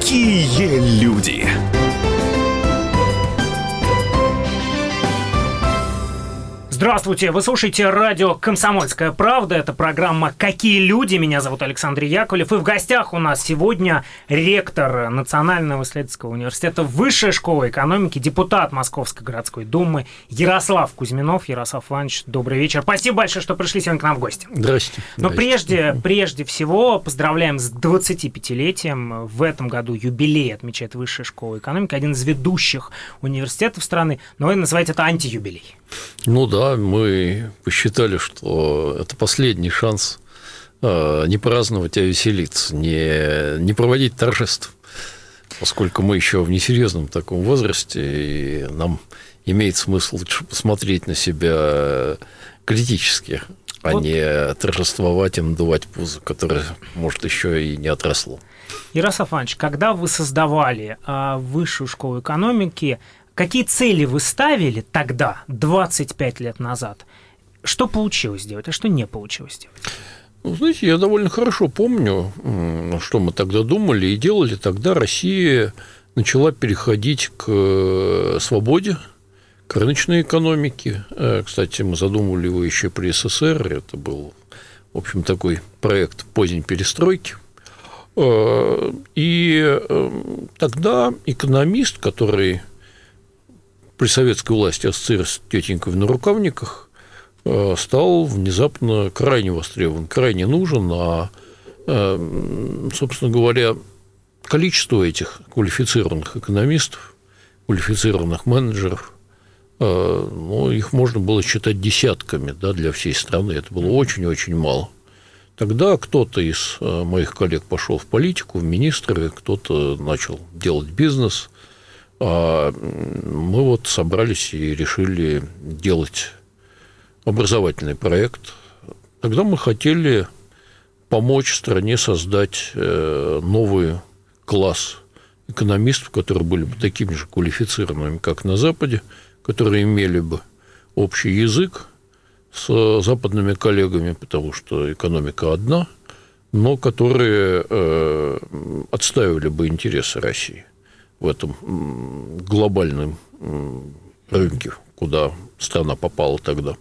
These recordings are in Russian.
Какие люди! Здравствуйте, вы слушаете радио «Комсомольская правда». Это программа «Какие люди?». Меня зовут Александр Яковлев. И в гостях у нас сегодня ректор Национального исследовательского университета, Высшая школа экономики, депутат Московской городской думы Ярослав Кузьминов. Ярослав Иванович, добрый вечер. Спасибо большое, что пришли сегодня к нам в гости. Здрасте. Но прежде всего поздравляем с 25-летием. В этом году юбилей отмечает Высшая школа экономики, один из ведущих университетов страны. Но вы называете это антиюбилей. Ну да, мы посчитали, что это последний шанс не праздновать, а веселиться, не проводить торжеств, поскольку мы еще в несерьезном таком возрасте, и нам имеет смысл лучше посмотреть на себя критически, а не торжествовать и надувать пузо, которое, может, еще и не отросло. Ярослав Иванович, когда вы создавали Высшую школу экономики, какие цели вы ставили тогда, 25 лет назад? Что получилось сделать, а что не получилось сделать? Ну, знаете, я довольно хорошо помню, что мы тогда думали и делали. Тогда Россия начала переходить к свободе, к рыночной экономике. Кстати, мы задумывали его еще при СССР. Это был, в общем, такой проект поздней перестройки. И тогда экономист, который при советской власти ассоциировался с тетенькой в нарукавниках, стал внезапно крайне востребован, крайне нужен, а, собственно говоря, количество этих квалифицированных экономистов, квалифицированных менеджеров, их можно было считать десятками, да, для всей страны, это было очень-очень мало. Тогда кто-то из моих коллег пошел в политику, в министры, кто-то начал делать бизнес. А мы вот собрались и решили делать образовательный проект. Тогда мы хотели помочь стране создать новый класс экономистов, которые были бы такими же квалифицированными, как на Западе, которые имели бы общий язык с западными коллегами, потому что экономика одна, но которые отстаивали бы интересы России в этом глобальном рынке, куда страна попала тогда.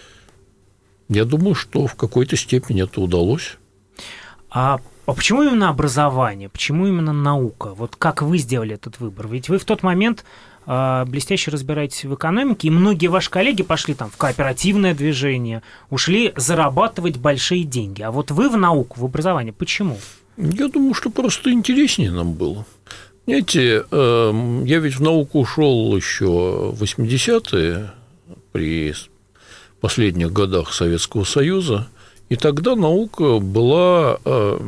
Я думаю, что в какой-то степени это удалось. А почему именно образование? Почему именно наука? Вот как вы сделали этот выбор? Ведь вы в тот момент блестяще разбираетесь в экономике, и многие ваши коллеги пошли там в кооперативное движение, ушли зарабатывать большие деньги. А вот вы в науку, в образование. Почему? Я думаю, что просто интереснее нам было. Знаете, я ведь в науку ушел еще в 80-е, при последних годах Советского Союза, и тогда наука была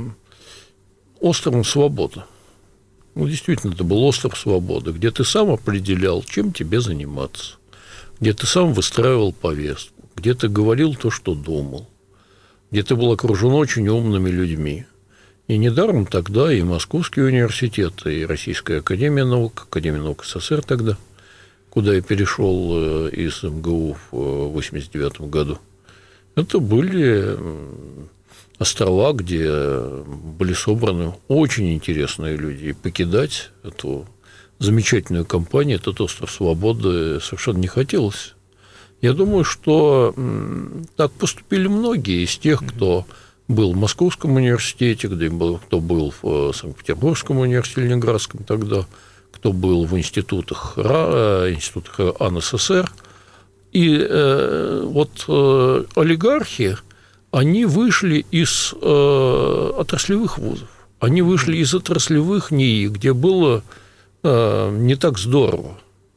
островом свободы. Ну, действительно, это был остров свободы, где ты сам определял, чем тебе заниматься, где ты сам выстраивал повестку, где ты говорил то, что думал, где ты был окружен очень умными людьми. И недаром тогда и Московский университет, и Российская академия наук СССР тогда, куда я перешел из МГУ в 1989 году, это были острова, где были собраны очень интересные люди. И покидать эту замечательную компанию, этот остров свободы, совершенно не хотелось. Я думаю, что так поступили многие из тех, кто был в Московском университете, кто был в Санкт-Петербургском университете, Ленинградском тогда, кто был в институтах АНССР. И вот олигархи, они вышли из отраслевых вузов, они вышли из отраслевых НИИ, где было не так здорово,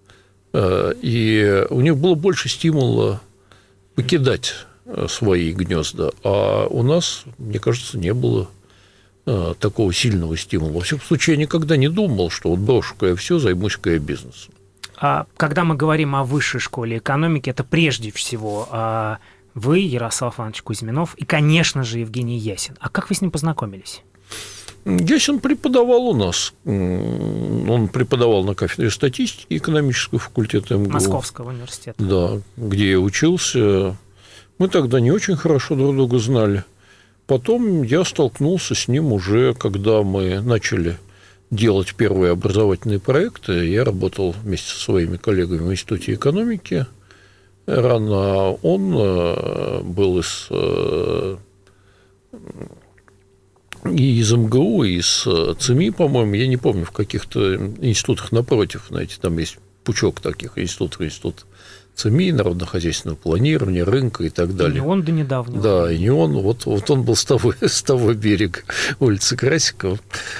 и у них было больше стимула покидать свои гнезда, а у нас, мне кажется, не было такого сильного стимула. Во всяком случае, я никогда не думал, что вот брошу-ка я все, займусь-ка я бизнесом. А когда мы говорим о Высшей школе экономики, это прежде всего вы, Ярослав Иванович Кузьминов, и, конечно же, Евгений Ясин. А как вы с ним познакомились? Ясин преподавал у нас. Он преподавал на кафедре статистики экономического факультета МГУ. Московского университета. Да, где я учился. Мы тогда не очень хорошо друг друга знали. Потом я столкнулся с ним уже, когда мы начали делать первые образовательные проекты, я работал вместе со своими коллегами в Институте экономики. Рано он был из МГУ, и из ЦИМИ, по-моему, я не помню, в каких-то институтах напротив, знаете, там есть пучок таких институтов, институт ЦИМИ, народно-хозяйственного планирования, рынка и так далее. И не он до недавнего. Да, и не он. Вот он был с того берега улицы Красикова.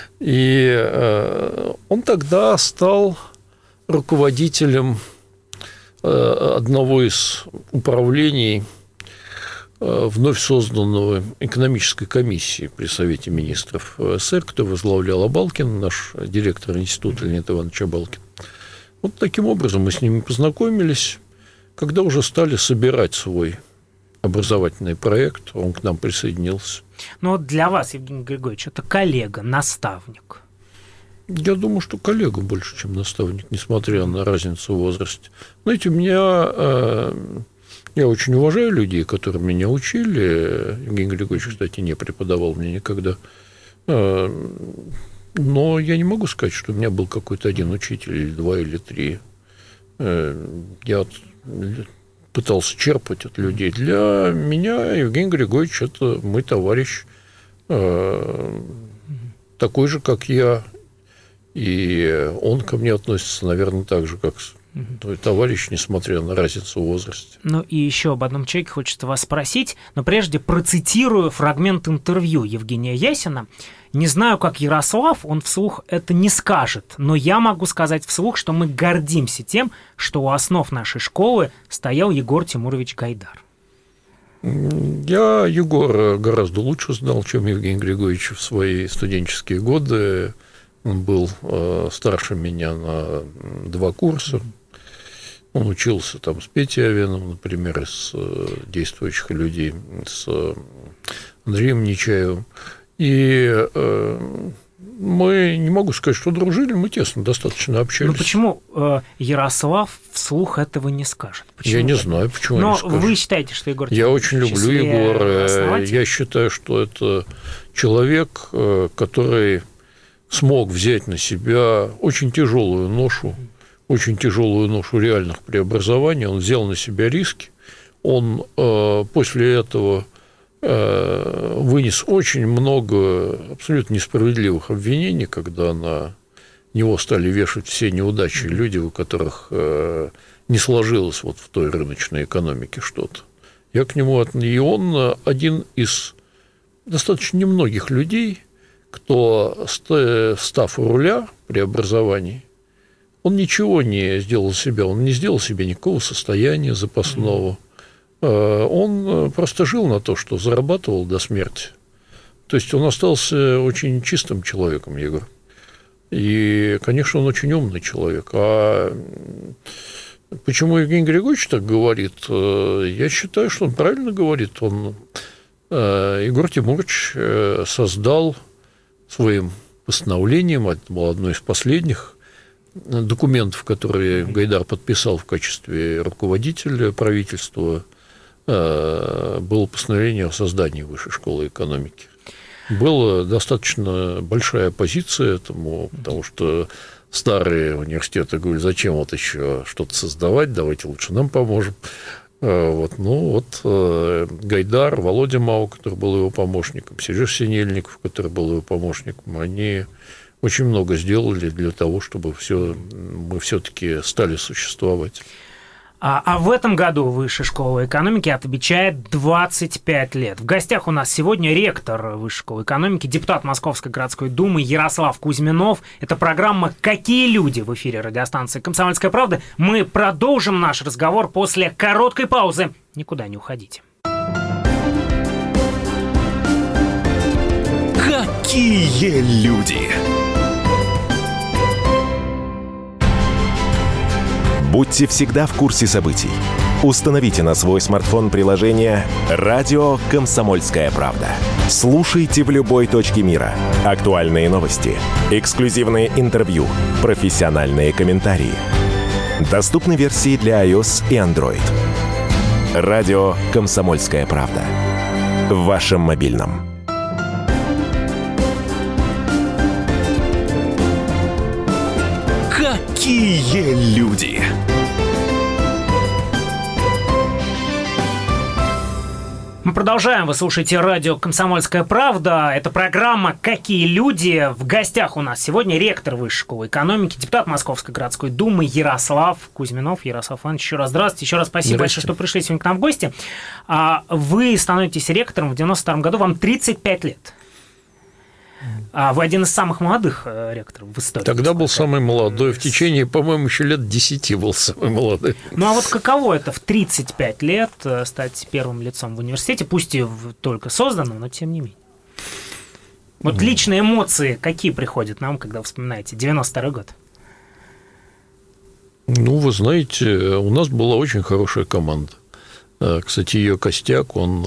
И он тогда стал руководителем одного из управлений вновь созданного экономической комиссии при Совете министров СССР, кто возглавлял Абалкин, наш директор института Леонид Иванович Абалкин. Вот таким образом мы с ними познакомились. Когда уже стали собирать свой образовательный проект, он к нам присоединился. Но вот для вас, Евгений Григорьевич, это коллега, наставник. Я думаю, что коллега больше, чем наставник, несмотря на разницу в возрасте. Знаете, я очень уважаю людей, которые меня учили. Евгений Григорьевич, кстати, не преподавал мне никогда. Но я не могу сказать, что у меня был какой-то один учитель, или два, или три. Я пытался черпать от людей. Для меня Евгений Григорьевич – это мой товарищ, такой же, как я, и он ко мне относится, наверное, так же, как твой товарищ, несмотря на разницу в возрасте. Ну и еще об одном человеке хочется вас спросить, но прежде процитирую фрагмент интервью Евгения Ясина. «Не знаю, как Ярослав, он вслух это не скажет, но я могу сказать вслух, что мы гордимся тем, что у основ нашей школы стоял Егор Тимурович Гайдар». Я Егора гораздо лучше знал, чем Евгений Григорьевич в свои студенческие годы. Он был старше меня на 2 курса. Он учился там с Петей Авеновым, например, из действующих людей, с Андреем Нечаевым. И мы, не могу сказать, что дружили, мы тесно достаточно общались. Но почему Ярослав вслух этого не скажет? Почему? Я не знаю, почему Но не скажет. вы считаете, что Егор Я очень люблю Егора. основатель? Я считаю, что это человек, который смог взять на себя очень тяжелую ношу реальных преобразований. Он взял на себя риски. Он после этого вынес очень много абсолютно несправедливых обвинений, когда на него стали вешать все неудачи люди, у которых не сложилось вот в той рыночной экономике что-то. Я к нему и он один из достаточно немногих людей, кто, став у руля преобразований, он ничего не сделал себя, он не сделал себе никакого состояния запасного. Он просто жил на то, что зарабатывал до смерти. То есть он остался очень чистым человеком, Егор. И, конечно, он очень умный человек. А почему Евгений Григорьевич так говорит? Я считаю, что он правильно говорит. Егор Тимурович создал своим постановлением, это было одно из последних документов, которые Гайдар подписал в качестве руководителя правительства, было постановление о создании Высшей школы экономики. Была достаточно большая оппозиция этому, потому что старые университеты говорили, зачем вот еще что-то создавать, давайте лучше нам поможем. Гайдар, Володя Мау, который был его помощником, Сереж Синельников, который был его помощником, они очень много сделали для того, чтобы мы все-таки стали существовать. А в этом году Высшая школа экономики отмечает 25 лет. В гостях у нас сегодня ректор Высшей школы экономики, депутат Московской городской думы Ярослав Кузьминов. Это программа «Какие люди» в эфире радиостанции «Комсомольская правда». Мы продолжим наш разговор после короткой паузы. Никуда не уходите. Какие люди? Будьте всегда в курсе событий. Установите на свой смартфон приложение «Радио Комсомольская правда». Слушайте в любой точке мира. Актуальные новости, эксклюзивные интервью, профессиональные комментарии. Доступны версии для iOS и Android. «Радио Комсомольская правда». В вашем мобильном. Какие люди! Мы продолжаем. Вы слушаете радио «Комсомольская правда». Это программа «Какие люди?». В гостях у нас сегодня ректор Высшей школы экономики, депутат Московской городской думы Ярослав Кузьминов. Ярослав Иванович, еще раз здравствуйте. Еще раз спасибо большое, что пришли сегодня к нам в гости. Вы становитесь ректором в 92 году, вам 35 лет. Вы один из самых молодых ректоров в истории. Тогда был самый молодой. В течение, по-моему, еще лет 10 был самый молодой. Ну, а вот каково это в 35 лет стать первым лицом в университете, пусть и только созданным, но тем не менее? Вот личные эмоции какие приходят нам, когда вы вспоминаете 92-й год? Ну, вы знаете, у нас была очень хорошая команда. Кстати, ее костяк, он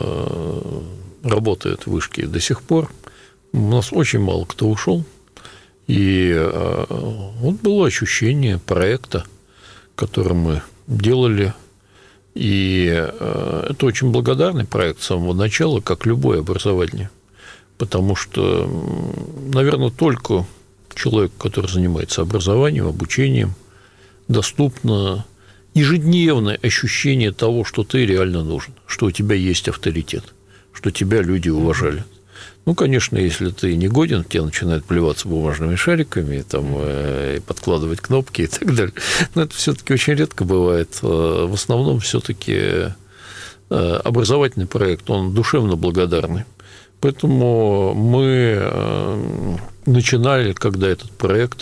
работает в Вышке до сих пор. У нас очень мало кто ушел, и вот было ощущение проекта, который мы делали, и это очень благодарный проект с самого начала, как любое образование, потому что, наверное, только человек, который занимается образованием, обучением, доступно ежедневное ощущение того, что ты реально нужен, что у тебя есть авторитет, что тебя люди уважали. Ну, конечно, если ты не годен, тебе начинают плеваться бумажными шариками, там, и подкладывать кнопки и так далее. Но это все-таки очень редко бывает. В основном все-таки образовательный проект, он душевно благодарный. Поэтому мы начинали, когда этот проект,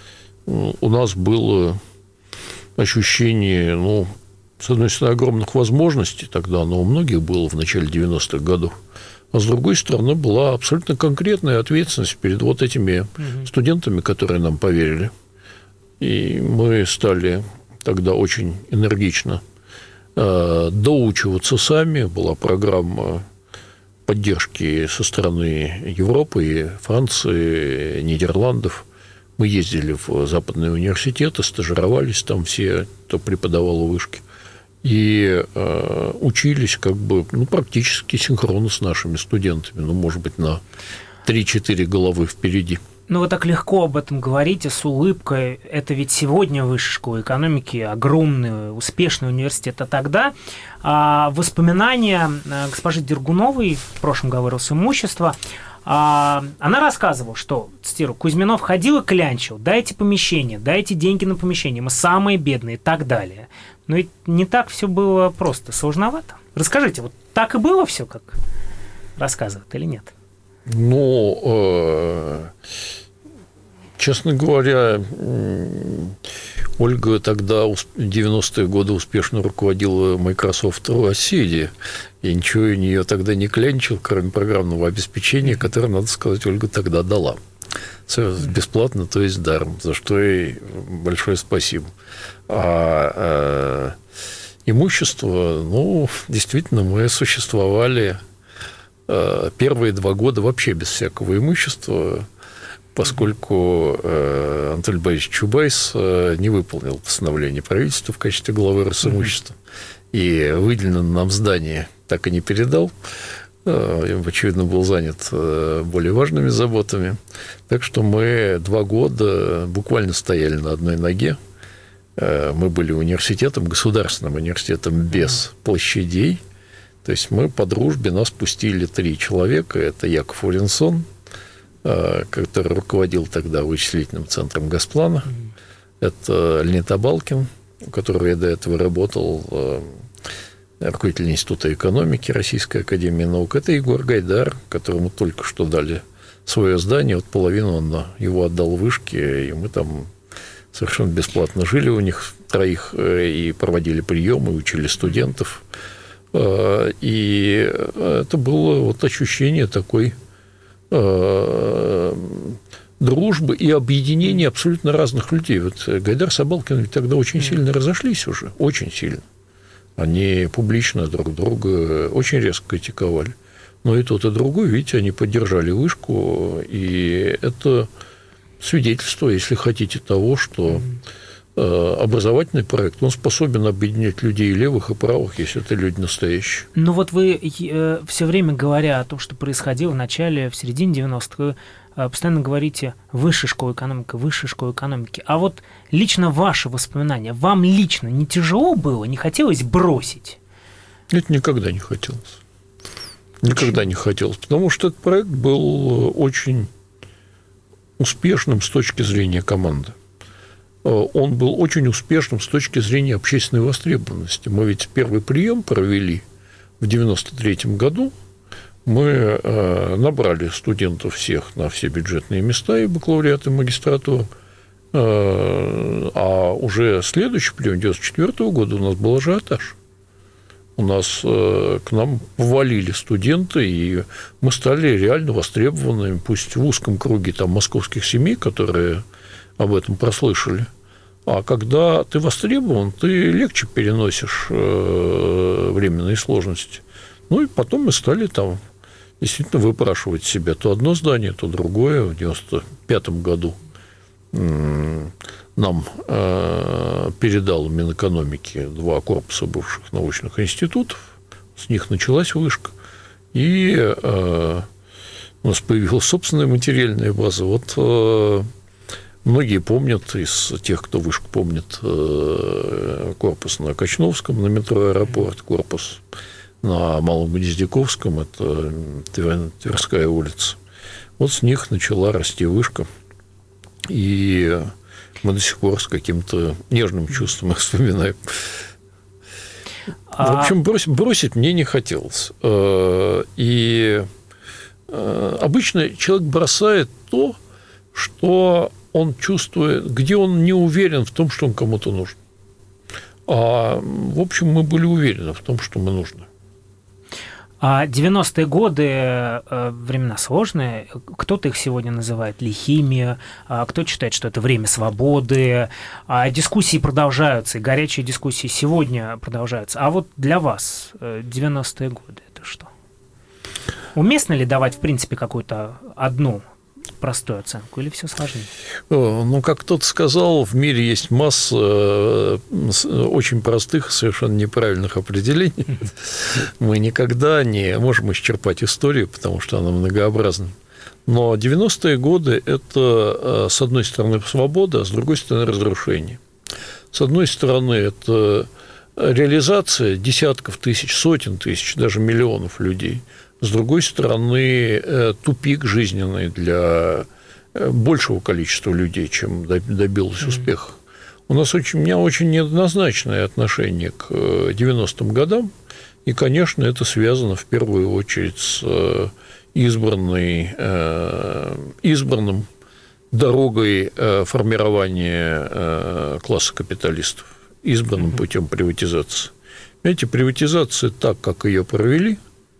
у нас было ощущение, ну, с одной стороны, огромных возможностей тогда, но у многих было в начале 90-х годов. А с другой стороны, была абсолютно конкретная ответственность перед вот этими студентами, которые нам поверили. И мы стали тогда очень энергично доучиваться сами. Была программа поддержки со стороны Европы, Франции, Нидерландов. Мы ездили в западные университеты, стажировались там все, кто преподавал в Вышке. И учились как бы, ну, практически синхронно с нашими студентами, ну, может быть, на 3-4 головы впереди. Ну, вы так легко об этом говорите, с улыбкой. Это ведь сегодня Высшая школа экономики, огромный, успешный университет. А тогда воспоминания госпожи Дергуновой, в прошлом говорилось имущество, она рассказывала, что, цитирую, Кузьминов ходил и клянчил: дайте помещение, дайте деньги на помещение, мы самые бедные и так далее. Но ведь не так все было просто, сложновато. Расскажите, вот так и было все, как рассказывают, или нет? Ну, честно говоря, Ольга тогда в 90-е годы успешно руководила Microsoft России, и ничего у нее тогда не клянчил, кроме программного обеспечения, которое, надо сказать, Ольга тогда дала. Бесплатно, то есть даром, за что ей большое спасибо. А имущество, ну, действительно, мы существовали первые 2 года вообще без всякого имущества, поскольку Анатолий Борисович Чубайс не выполнил постановление правительства в качестве главы Росимущества, и выделенное нам здание так и не передал. Очевидно, был занят более важными заботами. Так что мы 2 года буквально стояли на одной ноге. Мы были университетом, государственным университетом без площадей. То есть мы по дружбе, нас пустили 3 человека. Это Яков Уренсон, который руководил тогда вычислительным центром Госплана. Это Леонид Абалкин, у которого я до этого работал, руководитель Института экономики Российской академии наук. Это Егор Гайдар, которому только что дали свое здание. Вот половину он его отдал Вышке, и мы там совершенно бесплатно жили у них 3 и проводили приемы, учили студентов. И это было вот ощущение такой дружбы и объединения абсолютно разных людей. Вот Гайдар с Абалкиным тогда очень сильно разошлись уже, очень сильно. Они публично друг друга очень резко критиковали. Но и тот, и другой, видите, они поддержали Вышку, и это свидетельство, если хотите, того, что образовательный проект, он способен объединять людей левых и правых, если это люди настоящие. Ну вот вы все время, говоря о том, что происходило в начале, в середине 90-х, постоянно говорите высшая школа экономики. А вот лично ваши воспоминания, вам лично не тяжело было, не хотелось бросить? Это никогда не хотелось. Никогда не хотелось, потому что этот проект был очень успешным с точки зрения команды. Он был очень успешным с точки зрения общественной востребованности. Мы ведь первый прием провели в 1993 году. Мы набрали студентов всех на все бюджетные места, и бакалавриат, и магистратуру. А уже следующий прием, 1994 года, у нас был ажиотаж. У нас к нам повалили студенты, и мы стали реально востребованными, пусть в узком круге там, московских семей, которые об этом прослышали. А когда ты востребован, ты легче переносишь временные сложности. Ну, и потом мы стали там действительно выпрашивать себя то одно здание, то другое. В 1995 году нам передал Минэкономики 2 корпуса бывших научных институтов. С них началась вышка. И у нас появилась собственная материальная база. Вот многие помнят, из тех, кто вышку помнит, корпус на Качновском, на метро «Аэропорт», корпус на Малом Гнездяковском, это Тверская улица. Вот с них начала расти вышка. И мы до сих пор с каким-то нежным чувством их вспоминаем. В общем, бросить мне не хотелось. И обычно человек бросает то, что он чувствует, где он не уверен в том, что он кому-то нужен. А, в общем, мы были уверены в том, что мы нужны. А 90-е годы времена сложные. Кто-то их сегодня называет лихими, кто считает, что это время свободы. Дискуссии продолжаются, и горячие дискуссии сегодня продолжаются. А вот для вас 90-е годы – это что? Уместно ли давать, в принципе, какую-то одну простую оценку, или все сложнее? Ну, как кто-то сказал, в мире есть масса очень простых, совершенно неправильных определений. Мы никогда не можем исчерпать историю, потому что она многообразна. Но 90-е годы – это, с одной стороны, свобода, а с другой стороны, разрушение. С одной стороны, это реализация десятков тысяч, сотен тысяч, даже миллионов людей. С другой стороны, тупик жизненный для большего количества людей, чем добилось успеха. У меня очень неоднозначное отношение к 90-м годам, и, конечно, это связано в первую очередь с избранным дорогой формирования класса капиталистов, избранным путем приватизации. Понимаете, приватизация, так как ее провели,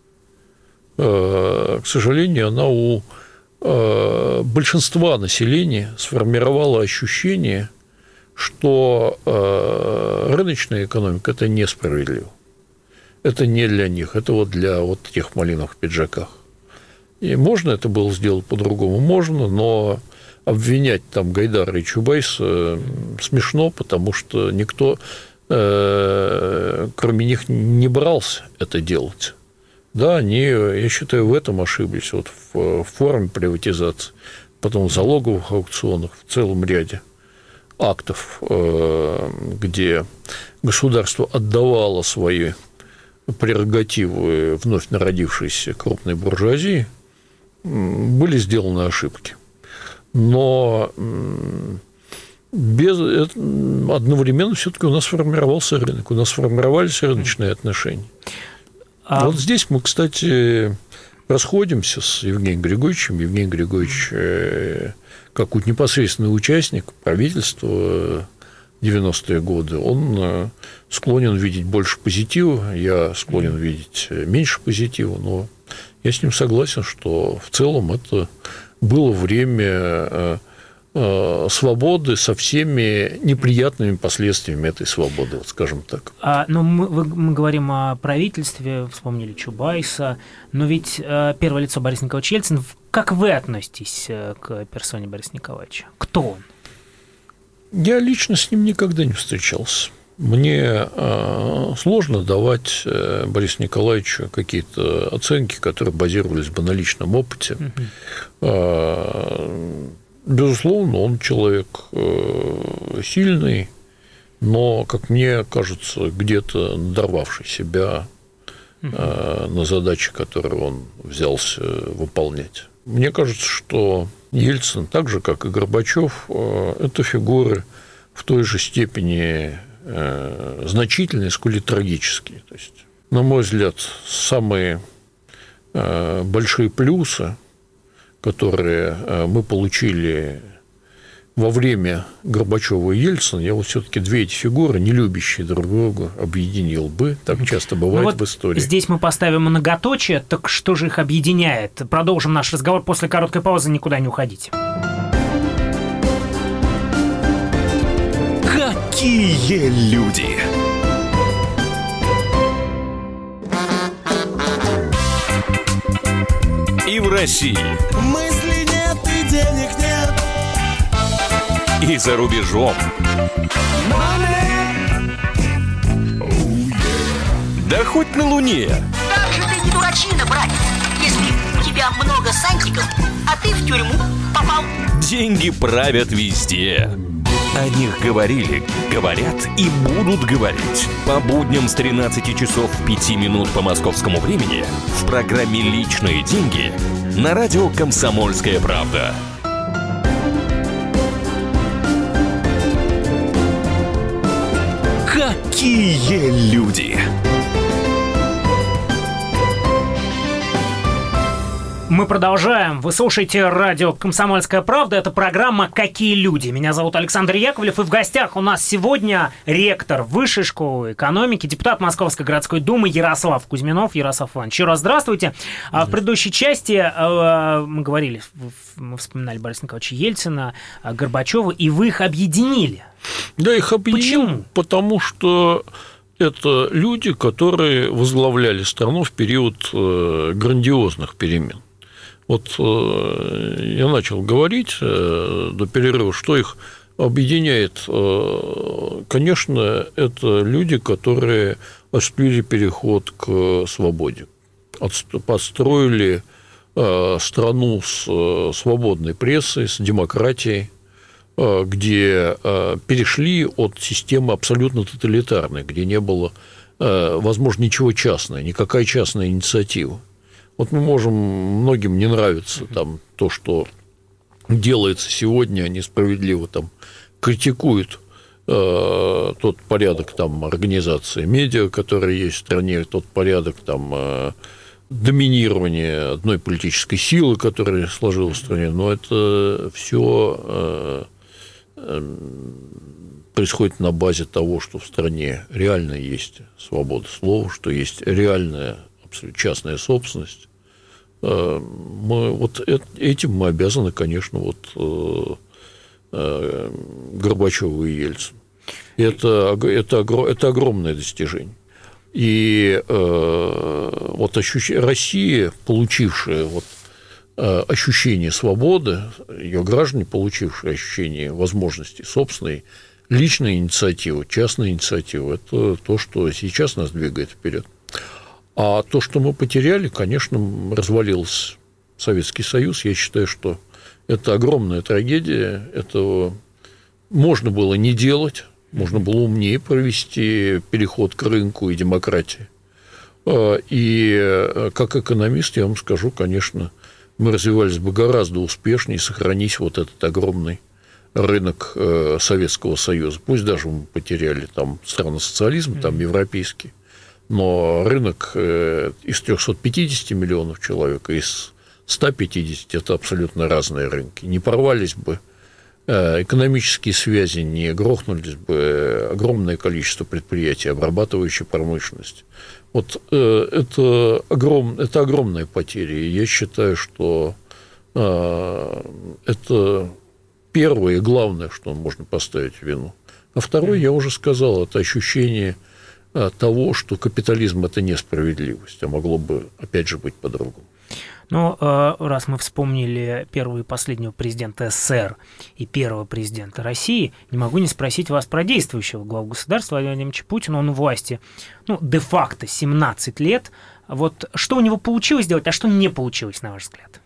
к сожалению, она у большинства населения сформировала ощущение, что рыночная экономика – это несправедливо. Это не для них, это вот для вот тех в малиновых пиджаках. И можно это было сделать по-другому? Можно, но обвинять там Гайдара и Чубайса смешно, потому что никто, кроме них, не брался это делать. Да, они, я считаю, в этом ошиблись, вот в форме приватизации, потом в залоговых аукционах, в целом ряде актов, где государство отдавало свои прерогативы вновь народившейся крупной буржуазии, были сделаны ошибки. Но одновременно все-таки у нас формировался рынок, у нас формировались рыночные отношения. Вот здесь мы, кстати, расходимся с Евгением Григорьевичем. Евгений Григорьевич, как непосредственный участник правительства 90-е годы, он склонен видеть больше позитива, я склонен видеть меньше позитива, но я с ним согласен, что в целом это было время свободы со всеми неприятными последствиями этой свободы, вот скажем так. Но мы говорим о правительстве, вспомнили Чубайса, но ведь первое лицо Борис Николаевич Ельцин. Как вы относитесь к персоне Бориса Николаевича? Кто он? Я лично с ним никогда не встречался. Мне сложно давать Борису Николаевичу какие-то оценки, которые базировались бы на личном опыте. Безусловно, он человек сильный, но, как мне кажется, где-то надорвавший себя на задачи, которые он взялся выполнять. Мне кажется, что Ельцин, так же, как и Горбачев, это фигуры в той же степени значительные, сколь и трагические. То есть, на мой взгляд, самые большие плюсы, которые мы получили во время Горбачева и Ельцина, я вот все-таки две эти фигуры, не любящие друг друга, объединил бы. Так часто бывает в истории. Здесь мы поставим многоточие. Так что же их объединяет? Продолжим наш разговор после короткой паузы. Никуда не уходите. Какие люди? И в России. Мысли нет и денег нет. И за рубежом. Да хоть на Луне. Как же ты не дурачина, братец, если у тебя много сантиков, а ты в тюрьму попал. Деньги правят везде. О них говорили, говорят и будут говорить. По будням с 13 часов 5 минут по московскому времени в программе «Личные деньги» на радио «Комсомольская правда». Какие люди? Мы продолжаем. Вы слушаете радио «Комсомольская правда». Это программа «Какие люди?». Меня зовут Александр Яковлев, и в гостях у нас сегодня ректор Высшей школы экономики, депутат Московской городской думы Ярослав Кузьминов. Ярослав Иванович, еще раз здравствуйте. В предыдущей части мы говорили, мы вспоминали Бориса Николаевича Ельцина, Горбачева, и вы их объединили. Да, их объединил. Почему? Потому что это люди, которые возглавляли страну в период грандиозных перемен. Вот я начал говорить до перерыва, что их объединяет. Конечно, это люди, которые осуществили переход к свободе, построили страну с свободной прессой, с демократией, где перешли от системы абсолютно тоталитарной, где не было, возможно, ничего частного, никакая частная инициатива. Вот мы можем, многим не нравится там то, что делается сегодня, они справедливо там критикуют тот порядок там организации медиа, который есть в стране, тот порядок там доминирования одной политической силы, которая сложилась в стране, но это все происходит на базе того, что в стране реально есть свобода слова, что есть реальная абсолютно частная собственность. Мы вот этим мы обязаны, конечно, вот Горбачеву и Ельцину. Это огромное достижение. И вот Россия, получившая вот ощущение свободы, ее граждане, получившие ощущение возможностей собственной, личной инициативы, частной инициативы, это то, что сейчас нас двигает вперед. А то, что мы потеряли, конечно, развалился Советский Союз. Я считаю, что это огромная трагедия. Этого можно было не делать, можно было умнее провести переход к рынку и демократии. И как экономист я вам скажу, конечно, мы развивались бы гораздо успешнее, сохранить вот этот огромный рынок Советского Союза. Пусть даже мы потеряли там страны социализма, там европейский, но рынок из 350 миллионов человек, из 150 – это абсолютно разные рынки. Не порвались бы экономические связи, не грохнулись бы огромное количество предприятий, обрабатывающей промышленности. Вот это огромная потеря. И я считаю, что это первое и главное, что можно поставить в вину. А второе, я уже сказал, это ощущение того, что капитализм – это несправедливость, а могло бы, опять же, быть по-другому. Но раз мы вспомнили первого и последнего президента СССР и первого президента России, не могу не спросить вас про действующего главу государства Владимира Владимировича Путина. Он у власти, де-факто 17 лет. Вот что у него получилось сделать, а что не получилось, на ваш взгляд?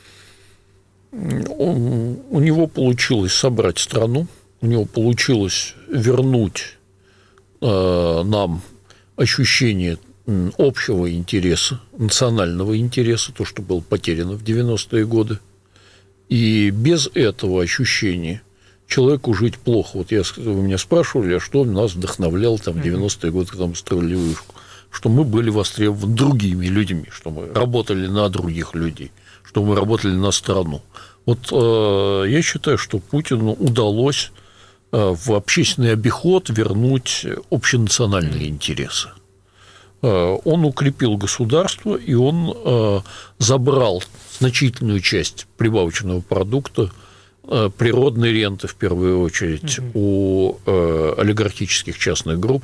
У него получилось собрать страну, у него получилось вернуть нам ощущение общего интереса, национального интереса, то, что было потеряно в 90-е годы. И без этого ощущения человеку жить плохо. Вот вы меня спрашивали, а что нас вдохновляло там, в 90-е годы, когда мы строили вышку? Что мы были востребованы другими людьми, что мы работали на других людей, что мы работали на страну. Вот я считаю, что Путину удалось в общественный обиход вернуть общенациональные интересы. Он укрепил государство, и он забрал значительную часть прибавочного продукта, природной ренты, в первую очередь, у олигархических частных групп.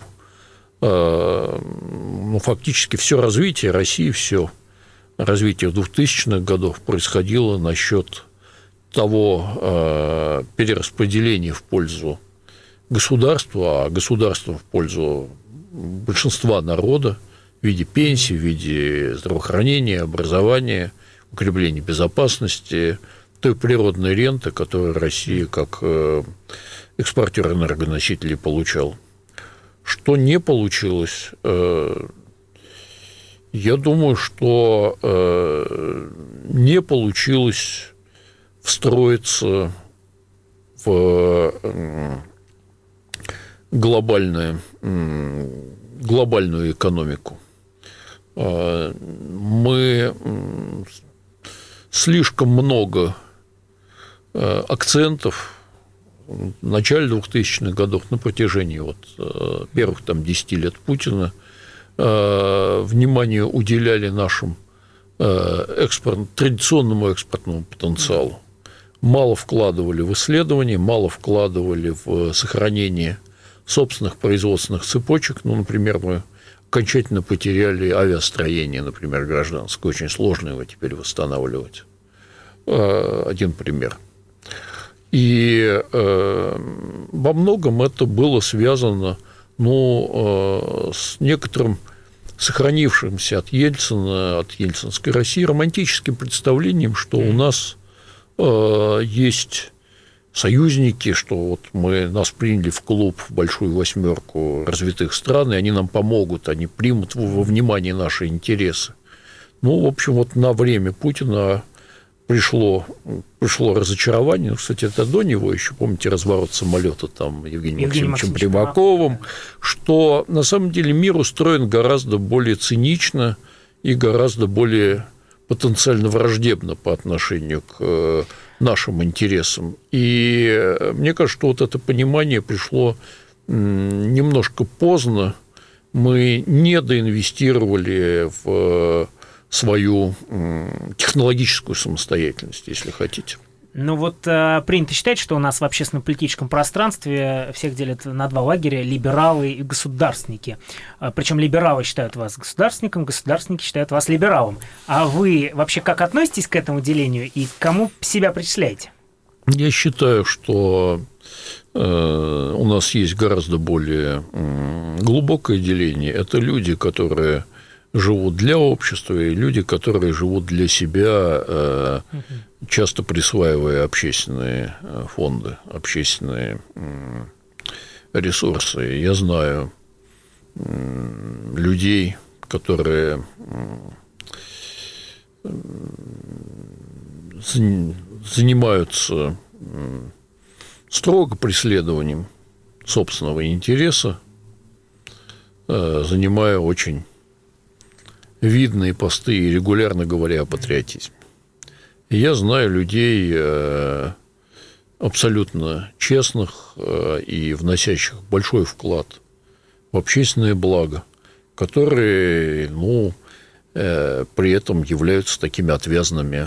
Фактически все развитие России, все развитие 2000-х годов происходило за счет того перераспределения в пользу государства, а государства в пользу большинства народа в виде пенсий, в виде здравоохранения, образования, укрепления безопасности, той природной ренты, которую Россия как экспортер энергоносителей получала. Что не получилось, я думаю, что не получилось встроиться в глобальную экономику. Мы слишком много акцентов в начале 2000-х годов, на протяжении первых 10 лет Путина, внимание уделяли нашему традиционному экспортному потенциалу. Мало вкладывали в исследования, мало вкладывали в сохранение собственных производственных цепочек. Например, мы окончательно потеряли авиастроение, например, гражданское. Очень сложно его теперь восстанавливать. Один пример. И во многом это было связано с некоторым сохранившимся от Ельцина, от ельцинской России романтическим представлением, что у нас есть союзники, что нас приняли в клуб, в большую восьмерку развитых стран, и они нам помогут, они примут во внимание наши интересы. В общем, на время Путина пришло разочарование. Кстати, это до него еще, помните, разворот самолета Евгением Максимовичем Примаковым, что на самом деле мир устроен гораздо более цинично и гораздо более потенциально враждебно по отношению к нашим интересам. И мне кажется, что это понимание пришло немножко поздно. Мы недоинвестировали в свою технологическую самостоятельность, если хотите. Принято считать, что у нас в общественно-политическом пространстве всех делят на два лагеря – либералы и государственники. Причем либералы считают вас государственником, государственники считают вас либералом. А вы вообще как относитесь к этому делению и к кому себя причисляете? Я считаю, что у нас есть гораздо более глубокое деление. Это люди, которые живут для общества, и люди, которые живут для себя, часто присваивая общественные фонды, общественные ресурсы. Я знаю людей, которые занимаются строго преследованием собственного интереса, занимая очень видные посты и регулярно говоря о патриотизме. И я знаю людей абсолютно честных и вносящих большой вклад в общественное благо, которые, при этом являются такими отвязными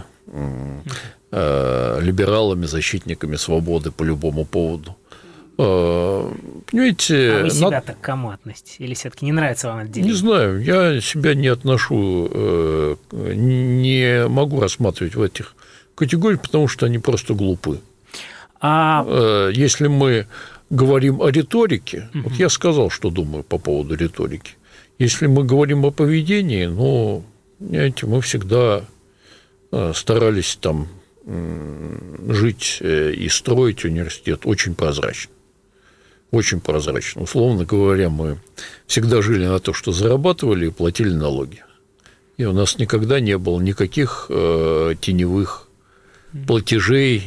либералами, защитниками свободы по любому поводу. Понимаете, А вы себя так к кому относитесь? Или все-таки не нравится вам отделение? Не знаю, я себя не отношу, не могу рассматривать в этих категориях, потому что они просто глупы. Если мы говорим о риторике, вот я сказал, что думаю по поводу риторики. Если мы говорим о поведении, понимаете, мы всегда старались там жить и строить университет очень прозрачно. Очень прозрачно. Условно говоря, мы всегда жили на то, что зарабатывали и платили налоги. И у нас никогда не было никаких теневых платежей,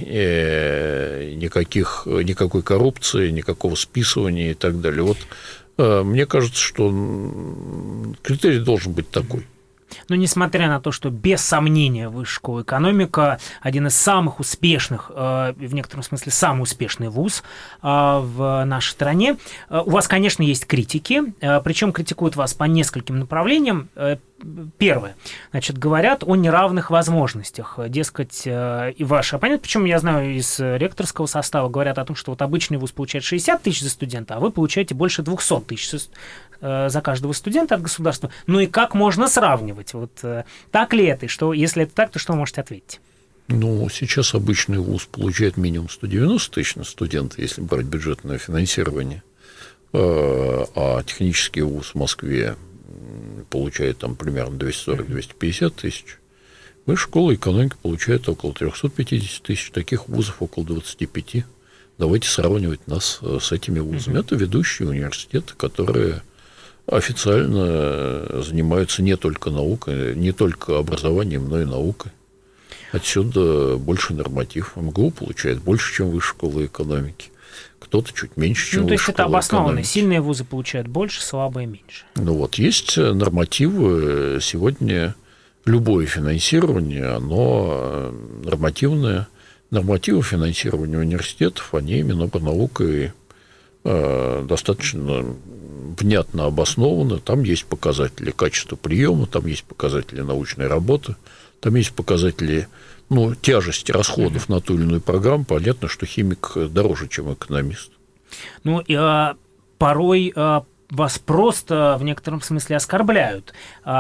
никакой коррупции, никакого списывания и так далее. Вот мне кажется, что критерий должен быть такой. Но несмотря на то, что без сомнения Высшая школа экономика один из самых успешных, в некотором смысле самый успешный вуз в нашей стране, у вас, конечно, есть критики, причем критикуют вас по нескольким направлениям. Первое. Значит, говорят о неравных возможностях. Дескать, и ваши оппоненты, причем я знаю из ректорского состава, говорят о том, что вот обычный вуз получает 60 тысяч за студента, а вы получаете больше 200 тысяч за каждого студента от государства. Ну и как можно сравнивать? Вот так ли это? И что, если это так, то что вы можете ответить? Сейчас обычный вуз получает минимум 190 тысяч на студента, если брать бюджетное финансирование, а технический вуз в Москве получает там примерно 240-250 тысяч. Высшая школа экономики получает около 350 тысяч, таких вузов около 25. Давайте сравнивать нас с этими вузами. Это ведущие университеты, которые официально занимаются не только наукой, не только образованием, но и наукой. Отсюда больше норматив. МГУ получает больше, чем Высшая школа экономики. Кто-то чуть меньше, чем то есть это обоснованно. Экономики. Сильные вузы получают больше, слабые меньше. Есть нормативы. Сегодня любое финансирование, оно нормативное. Нормативы финансирования университетов, они Минобрнаукой достаточно внятно обоснованы. Там есть показатели качества приема, там есть показатели научной работы, там есть показатели тяжести расходов на ту или иную программу. Понятно, что химик дороже, чем экономист. Порой вас просто в некотором смысле оскорбляют.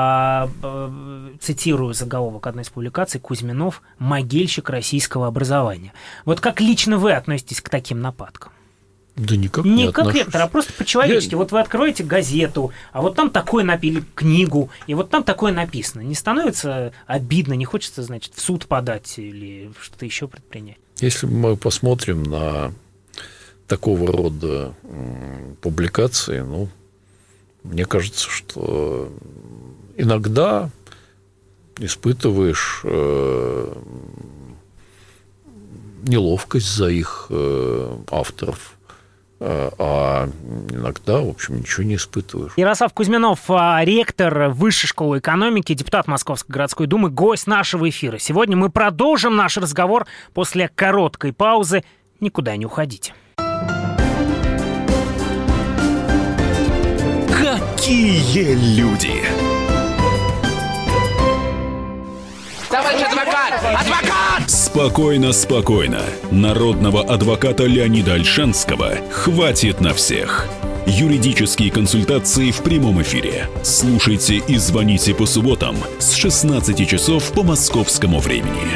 Цитирую заголовок одной из публикаций: Кузьминов – могильщик российского образования. Вот как лично вы относитесь к таким нападкам? Да никак не отношусь. Как ректор, а просто по-человечески. Вот вы откроете газету, а вот там такое напили книгу, и вот там такое написано. Не становится обидно, не хочется, значит, в суд подать или что-то еще предпринять? Если мы посмотрим на такого рода публикации, мне кажется, что иногда испытываешь неловкость за их авторов, а иногда, в общем, ничего не испытываешь. Ярослав Кузьминов, ректор Высшей школы экономики, депутат Московской городской думы, гость нашего эфира. Сегодня мы продолжим наш разговор после короткой паузы. Никуда не уходите. Какие люди? Товарищ адвокат! Адвокат! Спокойно, спокойно. Народного адвоката Леонида Ольшанского хватит на всех. Юридические консультации в прямом эфире. Слушайте и звоните по субботам с 16 часов по московскому времени.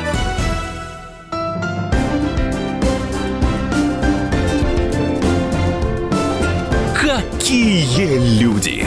Какие люди?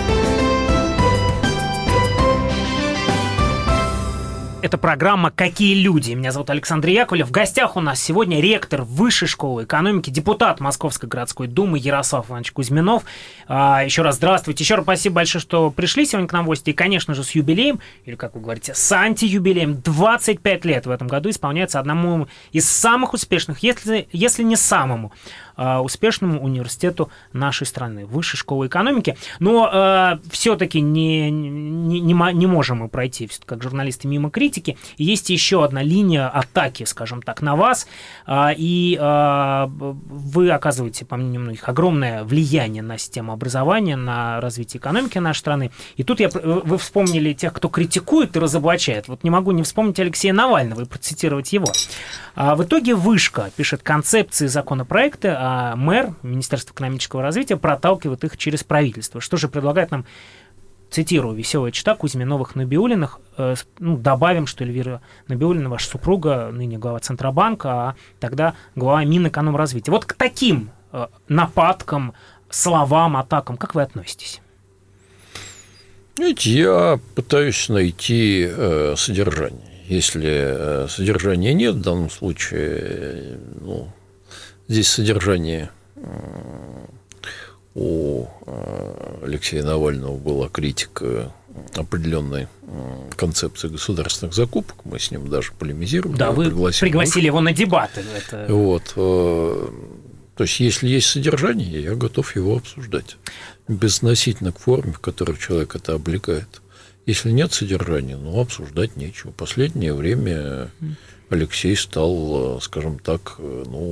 Это программа «Какие люди?». Меня зовут Александр Яковлев. В гостях у нас сегодня ректор Высшей школы экономики, депутат Московской городской думы Ярослав Иванович Кузьминов. Еще раз здравствуйте. Еще раз спасибо большое, что пришли сегодня к нам в гости. И, конечно же, с юбилеем, или, как вы говорите, с антиюбилеем. 25 лет в этом году исполняется одному из самых успешных, если не самому успешному университету нашей страны, Высшей школы экономики. Но все-таки не можем мы пройти, как журналисты, мимо критики. Есть еще одна линия атаки, скажем так, на вас. И вы оказываете, по мнению многих, огромное влияние на систему образования, на развитие экономики нашей страны. И тут вы вспомнили тех, кто критикует и разоблачает. Вот не могу не вспомнить Алексея Навального и процитировать его. В итоге Вышка пишет концепции законопроекта а мэр, Министерство экономического развития, проталкивает их через правительство. Что же предлагает нам, цитирую, веселая чета Кузьминовых-Набиуллиных, добавим, что Эльвира Набиуллина, ваша супруга, ныне глава Центробанка, а тогда глава Минэкономразвития. Вот к таким нападкам, словам, атакам, как вы относитесь? Знаете, я пытаюсь найти содержание. Если содержания нет, в данном случае, здесь содержание у Алексея Навального была критика определенной концепции государственных закупок. Мы с ним даже полемизировали. Да, вы пригласили его на дебаты. Вот. То есть, если есть содержание, я готов его обсуждать. Безотносительно к форме, в которой человек это облекает. Если нет содержания, обсуждать нечего. В последнее время Алексей стал, скажем так,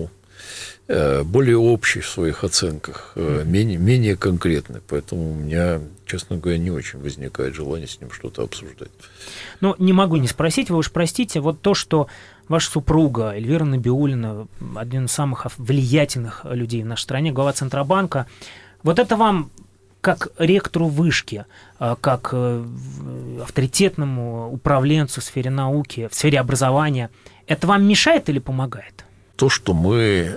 более общий в своих оценках, менее конкретный. Поэтому у меня, честно говоря, не очень возникает желание с ним что-то обсуждать. Не могу не спросить, вы уж простите, вот то, что ваша супруга Эльвира Набиуллина, один из самых влиятельных людей в нашей стране, глава Центробанка, вот это вам, как ректору вышки, как авторитетному управленцу в сфере науки, в сфере образования, это вам мешает или помогает? То, что мы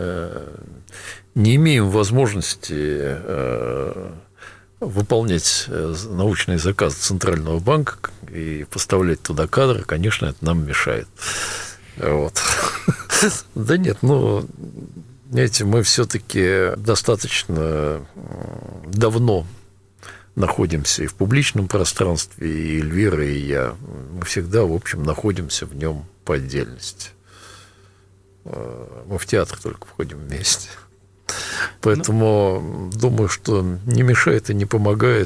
не имеем возможности выполнять научные заказы Центрального банка и поставлять туда кадры, конечно, это нам мешает. Вот. Да нет, знаете, мы все-таки достаточно давно находимся и в публичном пространстве, и Эльвира, и я. Мы всегда, в общем, находимся в нем по отдельности. Мы в театр только входим вместе. Поэтому думаю, что не мешает и не помогает,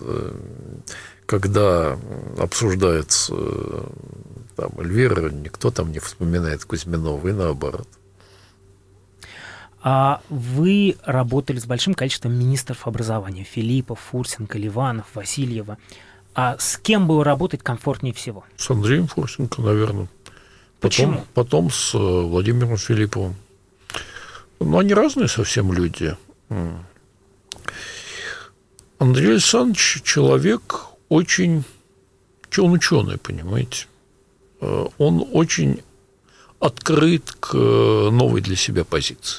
когда обсуждается Эльвира, никто там не вспоминает Кузьминова, и наоборот. А вы работали с большим количеством министров образования: Филиппов, Фурсенко, Ливанов, Васильева. А с кем было работать комфортнее всего? С Андреем Фурсенко, наверное. Почему? Потом с Владимиром Филипповым. Они разные совсем люди. Андрей Александрович человек очень... Он ученый, понимаете. Он очень открыт к новой для себя позиции.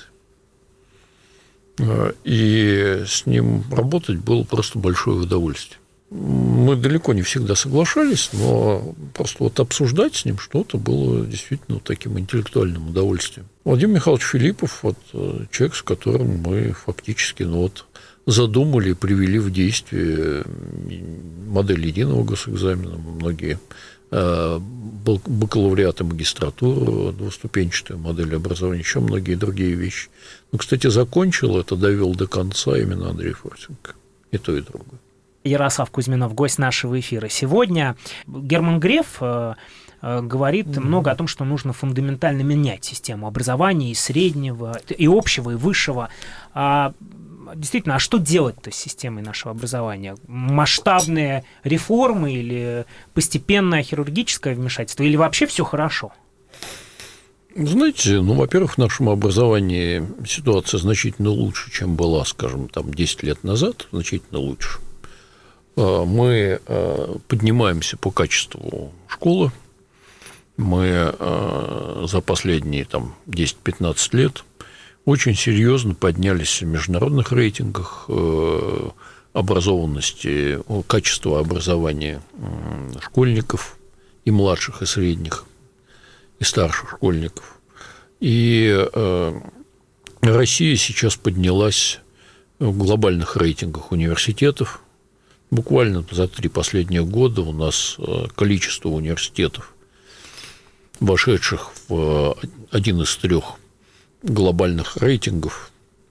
И с ним работать было просто большое удовольствие. Мы далеко не всегда соглашались, но просто обсуждать с ним что-то было действительно таким интеллектуальным удовольствием. Владимир Михайлович Филиппов – человек, с которым мы фактически задумали и привели в действие модель единого госэкзамена, многие бакалавриаты, магистратуру, двуступенчатую модель образования, еще многие другие вещи. Кстати, закончил это, довел до конца именно Андрей Фурсенко. И то, и другое. Ярослав Кузьминов, гость нашего эфира. Сегодня Герман Греф говорит много о том, что нужно фундаментально менять систему образования и среднего, и общего, и высшего. Действительно, а что делать-то с системой нашего образования? Масштабные реформы или постепенное хирургическое вмешательство? Или вообще все хорошо? Знаете, во-первых, в нашем образовании ситуация значительно лучше, чем была, скажем, 10 лет назад, значительно лучше. Мы поднимаемся по качеству школы. Мы за последние 10-15 лет очень серьезно поднялись в международных рейтингах образованности, качества образования школьников и младших, и средних, и старших школьников. И Россия сейчас поднялась в глобальных рейтингах университетов. Буквально за 3 последних года у нас количество университетов, вошедших в один из 3 глобальных рейтингов,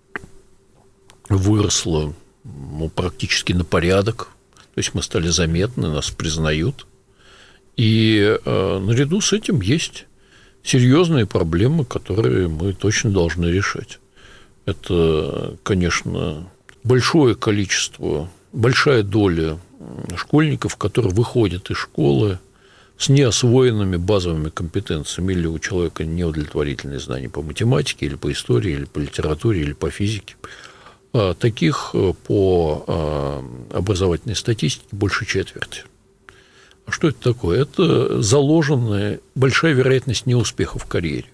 выросло практически на порядок. То есть мы стали заметны, нас признают. И наряду с этим есть серьезные проблемы, которые мы точно должны решать. Это, конечно, большое количество, большая доля школьников, которые выходят из школы с неосвоенными базовыми компетенциями, или у человека неудовлетворительные знания по математике, или по истории, или по литературе, или по физике. Таких по образовательной статистике больше четверти. А что это такое? Это заложенная большая вероятность неуспеха в карьере.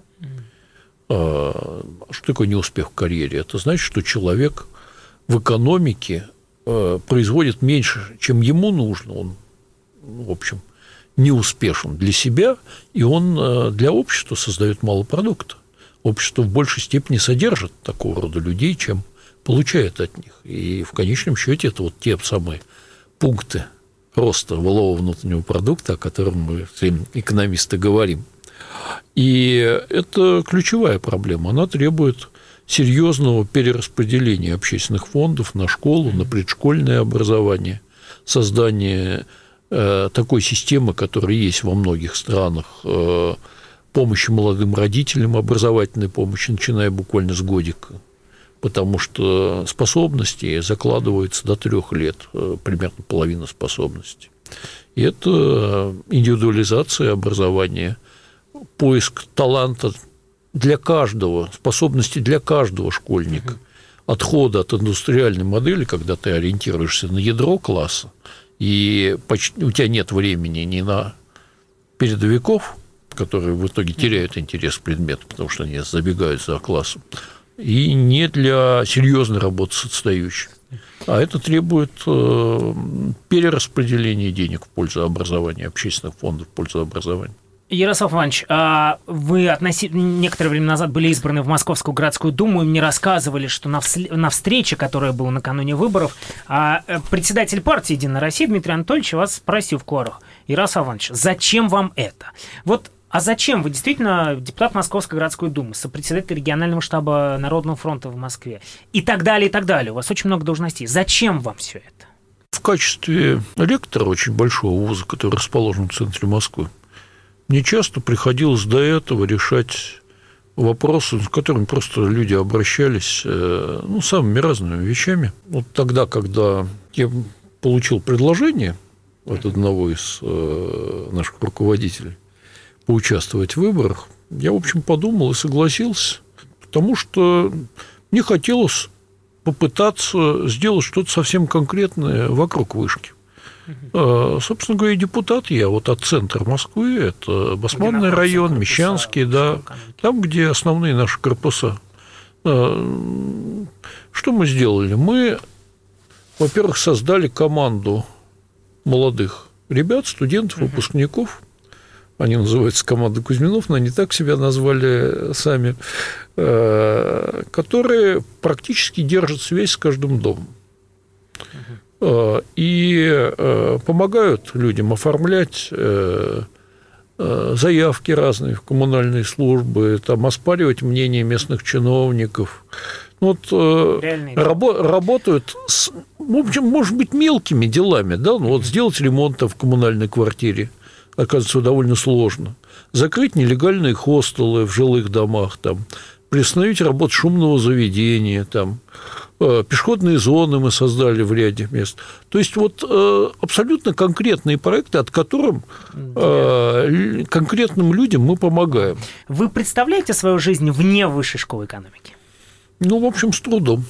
Что такое неуспех в карьере? Это значит, что человек в экономике производит меньше, чем ему нужно. Он, в общем, не успешен для себя, и он для общества создает мало продукта. Общество в большей степени содержит такого рода людей, чем получает от них. И в конечном счете это вот те самые пункты роста валового внутреннего продукта, о котором мы все экономисты говорим. И это ключевая проблема. Она требует серьезного перераспределения общественных фондов на школу, на предшкольное образование, создание такой системы, которая есть во многих странах, помощи молодым родителям, образовательной помощи, начиная буквально с годика, потому что способности закладываются до 3 лет, примерно половина способностей. И это индивидуализация образования, поиск таланта для каждого, способности для каждого школьника, отхода от индустриальной модели, когда ты ориентируешься на ядро класса, и у тебя нет времени ни на передовиков, которые в итоге теряют интерес к предмету, потому что они забегают за классом, и не для серьезной работы с отстающими. А это требует перераспределения денег в пользу образования, общественных фондов в пользу образования. Ярослав Иванович, вы некоторое время назад были избраны в Московскую городскую думу, и мне рассказывали, что на встрече, которая была накануне выборов, председатель партии «Единая Россия» Дмитрий Анатольевич вас спросил в кулуарах: Ярослав Иванович, зачем вам это? Вот, а зачем? Вы действительно депутат Московской городской думы, сопредседатель регионального штаба Народного фронта в Москве и так далее, и так далее. У вас очень много должностей. Зачем вам все это? В качестве ректора очень большого вуза, который расположен в центре Москвы, мне часто приходилось до этого решать вопросы, с которыми просто люди обращались, самыми разными вещами. Вот тогда, когда я получил предложение от одного из наших руководителей поучаствовать в выборах, я, в общем, подумал и согласился, потому что мне хотелось попытаться сделать что-то совсем конкретное вокруг вышки. Собственно говоря, депутат я вот от центра Москвы, это Басманный район, Мещанский, да, там, где основные наши корпуса. Что мы сделали? Мы, во-первых, создали команду молодых ребят, студентов, выпускников. Они называются команда Кузьминов, но они так себя назвали сами, которые практически держат связь с каждым домом. И помогают людям оформлять заявки разные в коммунальные службы, там, оспаривать мнение местных чиновников. Работают с, в общем, может быть, мелкими делами, да, сделать ремонт в коммунальной квартире, оказывается, довольно сложно. Закрыть нелегальные хостелы в жилых домах, там, приостановить работу шумного заведения, там, пешеходные зоны мы создали в ряде мест. То есть вот абсолютно конкретные проекты, от которых конкретным людям мы помогаем. Вы представляете свою жизнь вне высшей школы экономики? В общем, с трудом.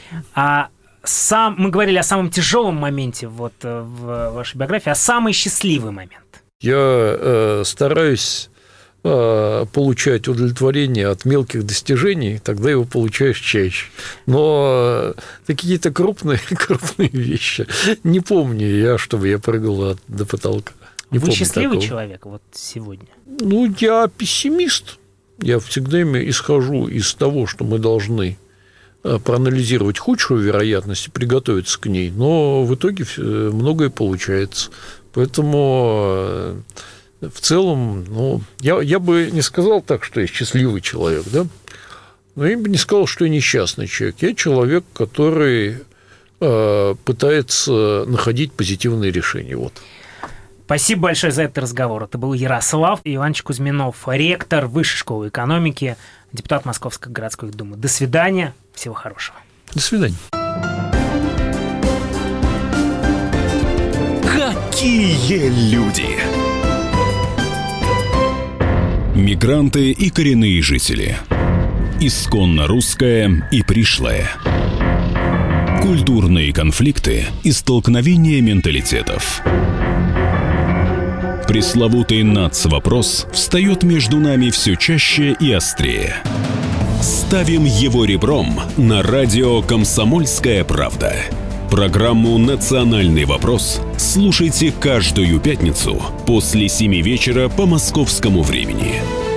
Мы говорили о самом тяжелом моменте в вашей биографии, а самый счастливый момент? Я стараюсь получать удовлетворение от мелких достижений, тогда его получаешь чаще. Но какие-то крупные вещи не помню я, чтобы я прыгал до потолка. Вы счастливый человек вот сегодня? Я пессимист. Я всегда исхожу из того, что мы должны проанализировать худшую вероятность и приготовиться к ней, но в итоге многое получается. Поэтому в целом, я бы не сказал так, что я счастливый человек, да? Но я бы не сказал, что я несчастный человек. Я человек, который пытается находить позитивные решения. Вот. Спасибо большое за этот разговор. Это был Ярослав Иванович Кузьминов, ректор Высшей школы экономики, депутат Московской городской думы. До свидания. Всего хорошего. До свидания. Какие люди! Мигранты и коренные жители. Исконно русское и пришлое. Культурные конфликты и столкновения менталитетов. Пресловутый НАЦ-вопрос встает между нами все чаще и острее. Ставим его ребром на радио «Комсомольская правда». Программу «Национальный вопрос» слушайте каждую пятницу после 7 вечера по московскому времени.